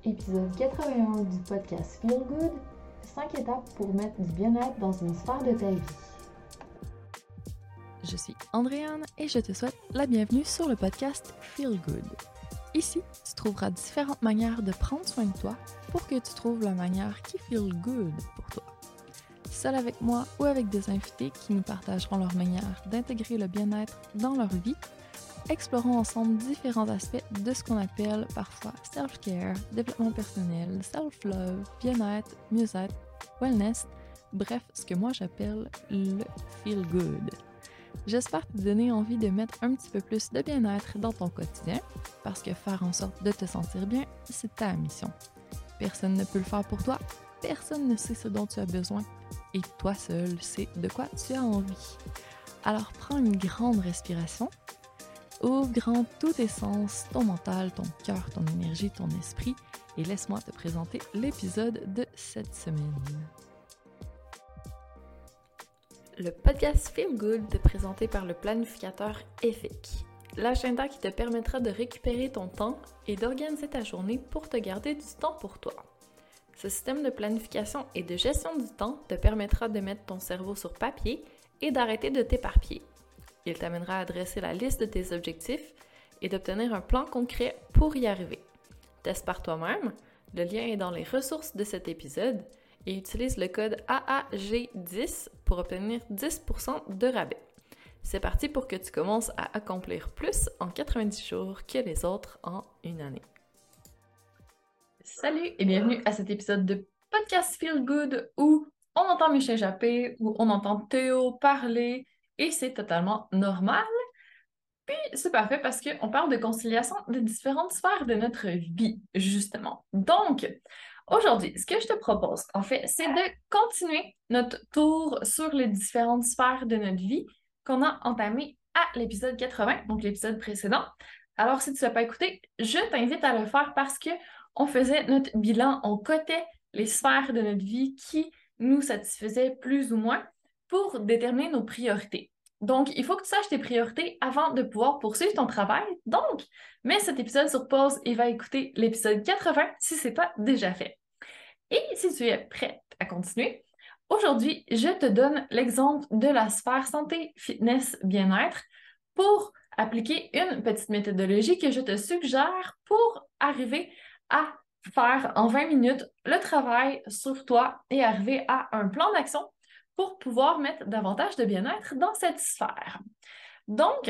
épisode 81 du podcast Feel Good, 5 étapes pour mettre du bien-être dans une sphère de ta vie. Je suis Andréane et je te souhaite la bienvenue sur le podcast Feel Good. Ici, tu trouveras différentes manières de prendre soin de toi pour que tu trouves la manière qui feel good pour toi. Seul avec moi ou avec des invités qui nous partageront leur manière d'intégrer le bien-être dans leur vie, explorons ensemble différents aspects de ce qu'on appelle parfois self-care, développement personnel, self-love, bien-être, mieux-être, wellness, bref, ce que moi j'appelle le feel good. J'espère te donner envie de mettre un petit peu plus de bien-être dans ton quotidien, parce que faire en sorte de te sentir bien, c'est ta mission. Personne ne peut le faire pour toi, personne ne sait ce dont tu as besoin, et toi seul sais de quoi tu as envie. Alors prends une grande respiration, ouvre grand tous tes sens, ton mental, ton cœur, ton énergie, ton esprit, et laisse-moi te présenter l'épisode de cette semaine. Le podcast Feel Good est présenté par le planificateur EFIC, l'agenda qui te permettra de récupérer ton temps et d'organiser ta journée pour te garder du temps pour toi. Ce système de planification et de gestion du temps te permettra de mettre ton cerveau sur papier et d'arrêter de t'éparpiller. Il t'amènera à dresser la liste de tes objectifs et d'obtenir un plan concret pour y arriver. Teste par toi-même, le lien est dans les ressources de cet épisode et utilise le code AAG10 pour obtenir 10% de rabais. C'est parti pour que tu commences à accomplir plus en 90 jours que les autres en une année. Salut et bienvenue à cet épisode de Podcast Feel Good où on entend Michel Jappé, où on entend Théo parler et c'est totalement normal. Puis c'est parfait parce qu'on parle de conciliation de différentes sphères de notre vie, justement. Donc, aujourd'hui, ce que je te propose, en fait, c'est de continuer notre tour sur les différentes sphères de notre vie qu'on a entamé à l'épisode 80, donc l'épisode précédent. Alors, si tu ne l'as pas écouté, je t'invite à le faire parce que on faisait notre bilan, on cotait les sphères de notre vie qui nous satisfaisaient plus ou moins pour déterminer nos priorités. Donc, il faut que tu saches tes priorités avant de pouvoir poursuivre ton travail. Donc, mets cet épisode sur pause et va écouter l'épisode 80 si ce n'est pas déjà fait. Et si tu es prête à continuer, aujourd'hui, je te donne l'exemple de la sphère santé, fitness, bien-être pour appliquer une petite méthodologie que je te suggère pour arriver à faire en 20 minutes le travail sur toi et arriver à un plan d'action pour pouvoir mettre davantage de bien-être dans cette sphère. Donc,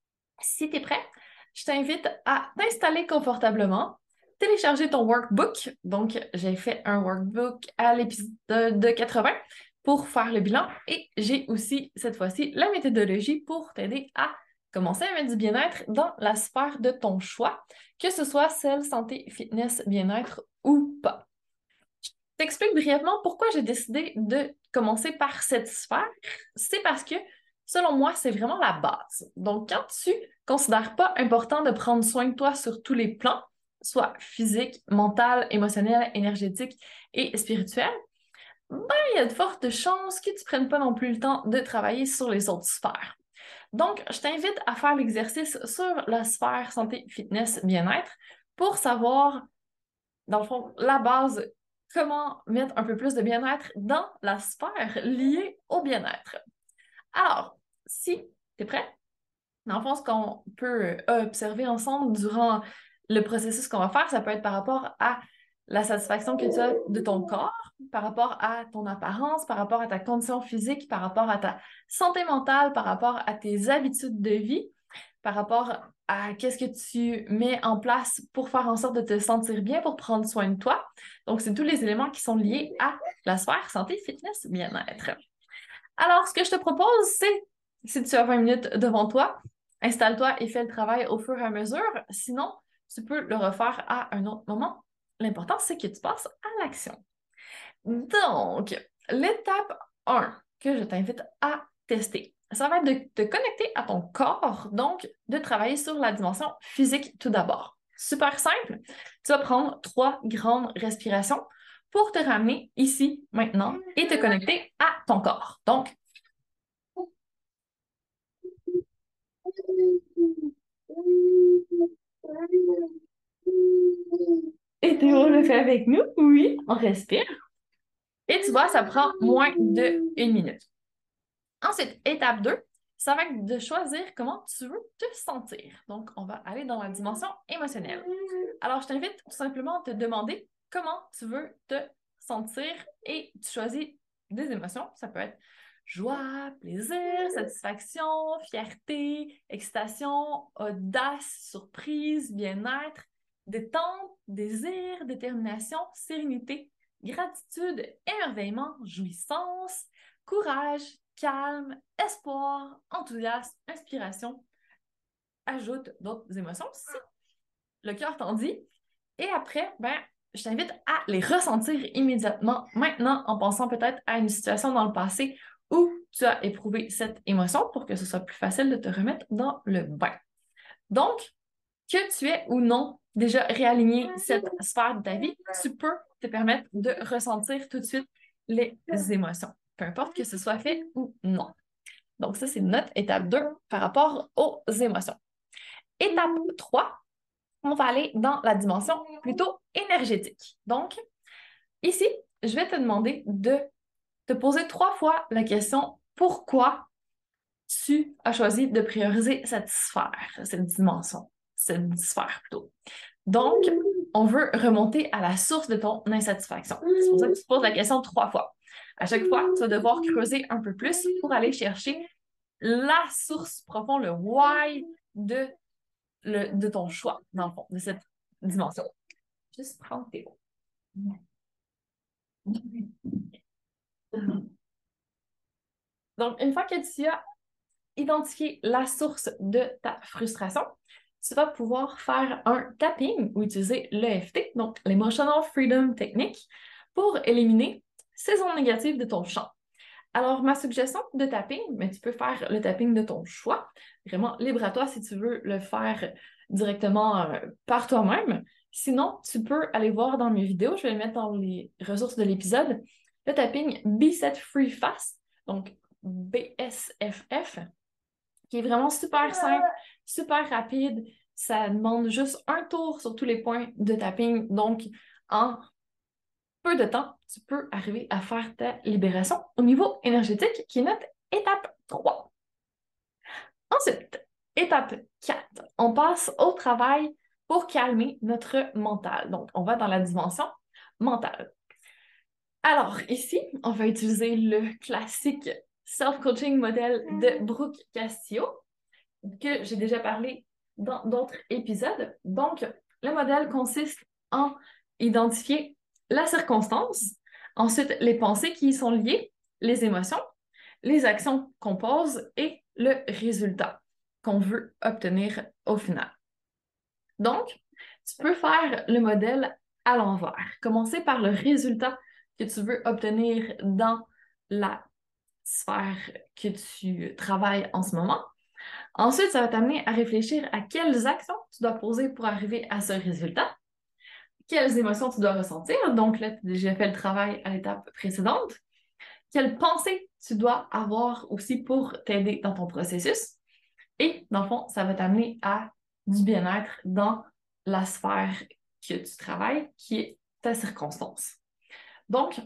si tu es prêt, je t'invite à t'installer confortablement, télécharger ton workbook. Donc, j'ai fait un workbook à l'épisode 80 pour faire le bilan et j'ai aussi, cette fois-ci, la méthodologie pour t'aider à commencer à mettre du bien-être dans la sphère de ton choix, que ce soit celle santé, fitness, bien-être ou pas. Je t'explique brièvement pourquoi j'ai décidé de commencer par cette sphère. C'est parce que, selon moi, c'est vraiment la base. Donc, quand tu considères pas important de prendre soin de toi sur tous les plans, soit physique, mental, émotionnel, énergétique et spirituel, ben, il y a de fortes chances que tu prennes pas non plus le temps de travailler sur les autres sphères. Donc, je t'invite à faire l'exercice sur la sphère santé, fitness, bien-être pour savoir, dans le fond, la base, comment mettre un peu plus de bien-être dans la sphère liée au bien-être. Alors, si tu es prêt, dans le fond, ce qu'on peut observer ensemble durant le processus qu'on va faire, ça peut être par rapport à la satisfaction que tu as de ton corps, par rapport à ton apparence, par rapport à ta condition physique, par rapport à ta santé mentale, par rapport à tes habitudes de vie, par rapport à qu'est-ce que tu mets en place pour faire en sorte de te sentir bien, pour prendre soin de toi. Donc, c'est tous les éléments qui sont liés à la sphère santé, fitness, bien-être. Alors, ce que je te propose, c'est, si tu as 20 minutes devant toi, installe-toi et fais le travail au fur et à mesure. Sinon, tu peux le refaire à un autre moment. L'important, c'est que tu passes à l'action. Donc, l'étape 1 que je t'invite à tester, ça va être de te connecter à ton corps, donc de travailler sur la dimension physique tout d'abord. Super simple, tu vas prendre 3 grandes respirations pour te ramener ici, maintenant, et te connecter à ton corps. Donc, Et Théo le fait avec nous. Oui, on respire. Et tu vois, ça prend moins de 1 minute. Ensuite, étape 2, ça va être de choisir comment tu veux te sentir. Donc, on va aller dans la dimension émotionnelle. Alors, je t'invite tout simplement à te demander comment tu veux te sentir et tu choisis des émotions. Ça peut être joie, plaisir, satisfaction, fierté, excitation, audace, surprise, bien-être, détente, désir, détermination, sérénité, gratitude, émerveillement, jouissance, courage, calme, espoir, enthousiasme, inspiration. Ajoute d'autres émotions si le cœur t'en dit. Et après, je t'invite à les ressentir immédiatement, maintenant, en pensant peut-être à une situation dans le passé où tu as éprouvé cette émotion pour que ce soit plus facile de te remettre dans le bain. Donc, que tu aies ou non déjà réaligné cette sphère de ta vie, tu peux te permettre de ressentir tout de suite les émotions, peu importe que ce soit fait ou non. Donc, ça, c'est notre étape 2 par rapport aux émotions. Étape 3, on va aller dans la dimension plutôt énergétique. Donc, ici, je vais te demander de te poser 3 fois la question pourquoi tu as choisi de prioriser cette sphère, cette dimension, cette sphère plutôt. Donc, on veut remonter à la source de ton insatisfaction. C'est pour ça que tu te poses la question 3 fois. À chaque fois, tu vas devoir creuser un peu plus pour aller chercher la source profonde, le why de ton choix, dans le fond, de cette dimension. Juste prendre tes mots. Donc, une fois que tu as identifié la source de ta frustration, tu vas pouvoir faire un tapping ou utiliser l'EFT, donc l'Emotional Freedom Technique, pour éliminer ces ondes négatives de ton champ. Alors, ma suggestion de tapping, mais tu peux faire le tapping de ton choix, vraiment libre à toi si tu veux le faire directement par toi-même. Sinon, tu peux aller voir dans mes vidéos, je vais les mettre dans les ressources de l'épisode, le tapping Be-Set Free Fast, donc BSFF, qui est vraiment super simple, super rapide. Ça demande juste un tour sur tous les points de tapping. Donc, en peu de temps, tu peux arriver à faire ta libération au niveau énergétique, qui est notre étape 3. Ensuite, étape 4, on passe au travail pour calmer notre mental. Donc, on va dans la dimension mentale. Alors, ici, on va utiliser le classique self-coaching modèle de Brooke Castillo, que j'ai déjà parlé dans d'autres épisodes. Donc, le modèle consiste en identifier la circonstance, ensuite les pensées qui y sont liées, les émotions, les actions qu'on pose et le résultat qu'on veut obtenir au final. Donc, tu peux faire le modèle à l'envers. Commencer par le résultat que tu veux obtenir dans la sphère que tu travailles en ce moment. Ensuite, ça va t'amener à réfléchir à quelles actions tu dois poser pour arriver à ce résultat, quelles émotions tu dois ressentir. Donc là, tu as déjà fait le travail à l'étape précédente. Quelles pensées tu dois avoir aussi pour t'aider dans ton processus. Et dans le fond, ça va t'amener à du bien-être dans la sphère que tu travailles, qui est ta circonstance. Donc,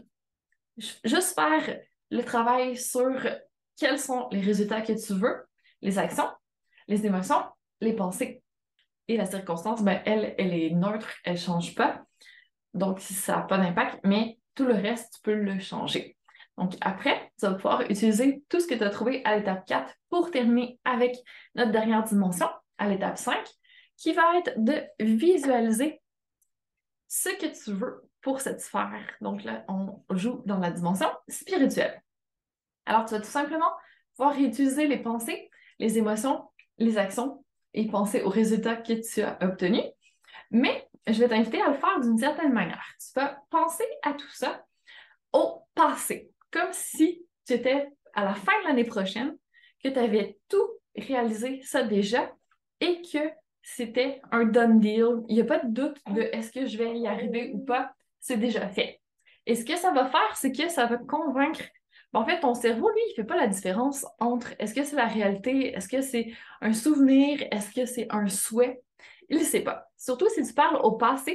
juste faire le travail sur quels sont les résultats que tu veux, les actions, les émotions, les pensées et la circonstance, elle est neutre, elle ne change pas. Donc, ça n'a pas d'impact, mais tout le reste, tu peux le changer. Donc, après, tu vas pouvoir utiliser tout ce que tu as trouvé à l'étape 4 pour terminer avec notre dernière dimension, à l'étape 5, qui va être de visualiser ce que tu veux pour cette sphère. Donc là, on joue dans la dimension spirituelle. Alors, tu vas tout simplement pouvoir réutiliser les pensées, les émotions, les actions et penser aux résultats que tu as obtenus. Mais je vais t'inviter à le faire d'une certaine manière. Tu vas penser à tout ça au passé, comme si tu étais à la fin de l'année prochaine, que tu avais tout réalisé ça déjà et que c'était un done deal. Il n'y a pas de doute de est-ce que je vais y arriver ou pas, c'est déjà fait. Et ce que ça va faire, c'est que ça va convaincre. En fait, ton cerveau, lui, il ne fait pas la différence entre est-ce que c'est la réalité, est-ce que c'est un souvenir, est-ce que c'est un souhait. Il ne sait pas. Surtout si tu parles au passé,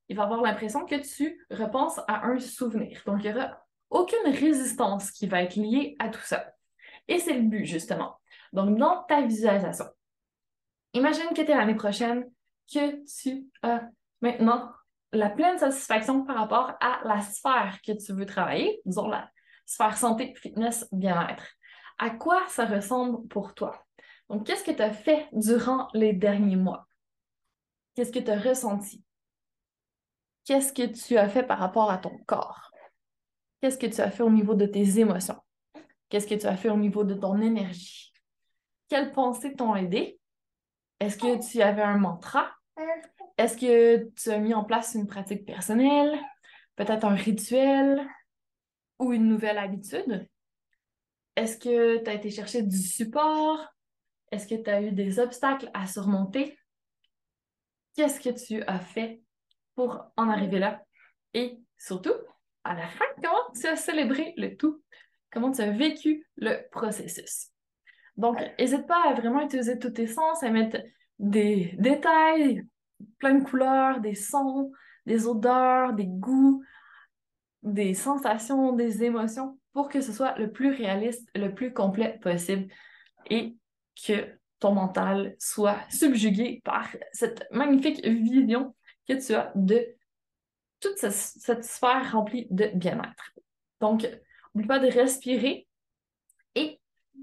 il va avoir l'impression que tu repenses à un souvenir. Donc, il n'y aura aucune résistance qui va être liée à tout ça. Et c'est le but, justement. Donc, dans ta visualisation, imagine que tu es l'année prochaine, que tu as maintenant la pleine satisfaction par rapport à la sphère que tu veux travailler, disons la sphère santé, fitness, bien-être. À quoi ça ressemble pour toi? Donc, qu'est-ce que tu as fait durant les derniers mois? Qu'est-ce que tu as ressenti? Qu'est-ce que tu as fait par rapport à ton corps? Qu'est-ce que tu as fait au niveau de tes émotions? Qu'est-ce que tu as fait au niveau de ton énergie? Quelles pensées t'ont aidé? Est-ce que tu avais un mantra? Est-ce que tu as mis en place une pratique personnelle? Peut-être un rituel ou une nouvelle habitude? Est-ce que tu as été chercher du support? Est-ce que tu as eu des obstacles à surmonter? Qu'est-ce que tu as fait pour en arriver là? Et surtout, à la fin, comment tu as célébré le tout? Comment tu as vécu le processus? Donc, n'hésite pas à vraiment utiliser tous tes sens, à mettre des détails, plein de couleurs, des sons, des odeurs, des goûts, des sensations, des émotions pour que ce soit le plus réaliste, le plus complet possible et que ton mental soit subjugué par cette magnifique vision que tu as de toute cette sphère remplie de bien-être. Donc, n'oublie pas de respirer et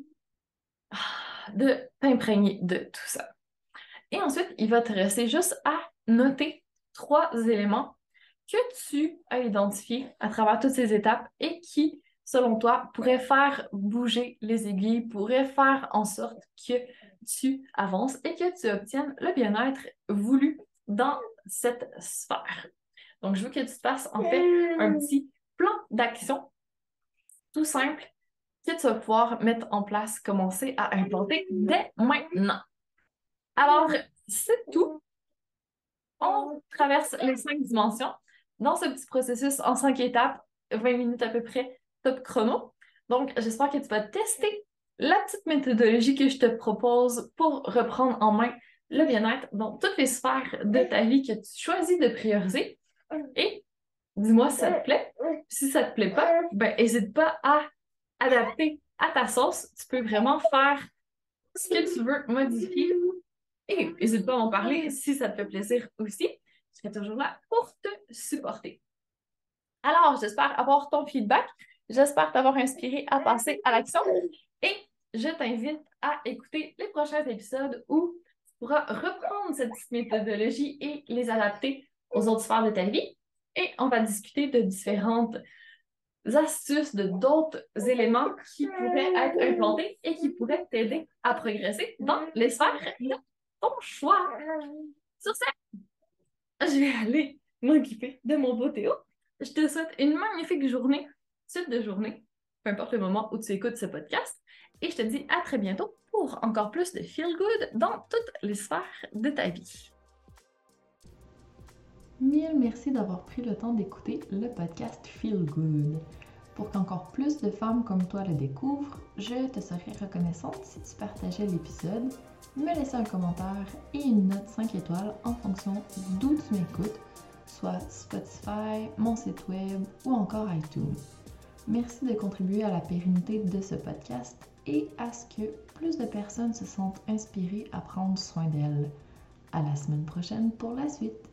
de t'imprégner de tout ça. Et ensuite, il va te rester juste à noter 3 éléments que tu as identifiés à travers toutes ces étapes et qui, selon toi, pourraient faire bouger les aiguilles, pourraient faire en sorte que tu avances et que tu obtiennes le bien-être voulu dans cette sphère. Donc, je veux que tu te fasses en fait un petit plan d'action tout simple que tu vas pouvoir mettre en place, commencer à implanter dès maintenant. Alors, c'est tout. On traverse les 5 dimensions dans ce petit processus en 5 étapes, 20 minutes à peu près, top chrono. Donc, j'espère que tu vas tester la petite méthodologie que je te propose pour reprendre en main le bien-être dans toutes les sphères de ta vie que tu choisis de prioriser. Et dis-moi si ça te plaît. Si ça te plaît pas, ben n'hésite pas à adapter à ta sauce. Tu peux vraiment faire ce que tu veux modifier. Et n'hésite pas à m'en parler si ça te fait plaisir aussi. Je serai toujours là pour te supporter. Alors, j'espère avoir ton feedback. J'espère t'avoir inspiré à passer à l'action. Et je t'invite à écouter les prochains épisodes où tu pourras reprendre cette petite méthodologie et les adapter aux autres sphères de ta vie. Et on va discuter de différentes astuces, de d'autres éléments qui pourraient être implantés et qui pourraient t'aider à progresser dans les sphères de ton choix. Sur ce, je vais aller m'occuper de mon beau Théo. Je te souhaite une magnifique journée, suite de journée, peu importe le moment où tu écoutes ce podcast. Et je te dis à très bientôt pour encore plus de feel good dans toutes les sphères de ta vie. Mille merci d'avoir pris le temps d'écouter le podcast Feel Good. Pour qu'encore plus de femmes comme toi le découvrent, je te serais reconnaissante si tu partageais l'épisode, me laissais un commentaire et une note 5 étoiles en fonction d'où tu m'écoutes, soit Spotify, mon site web ou encore iTunes. Merci de contribuer à la pérennité de ce podcast et à ce que plus de personnes se sentent inspirées à prendre soin d'elles. À la semaine prochaine pour la suite.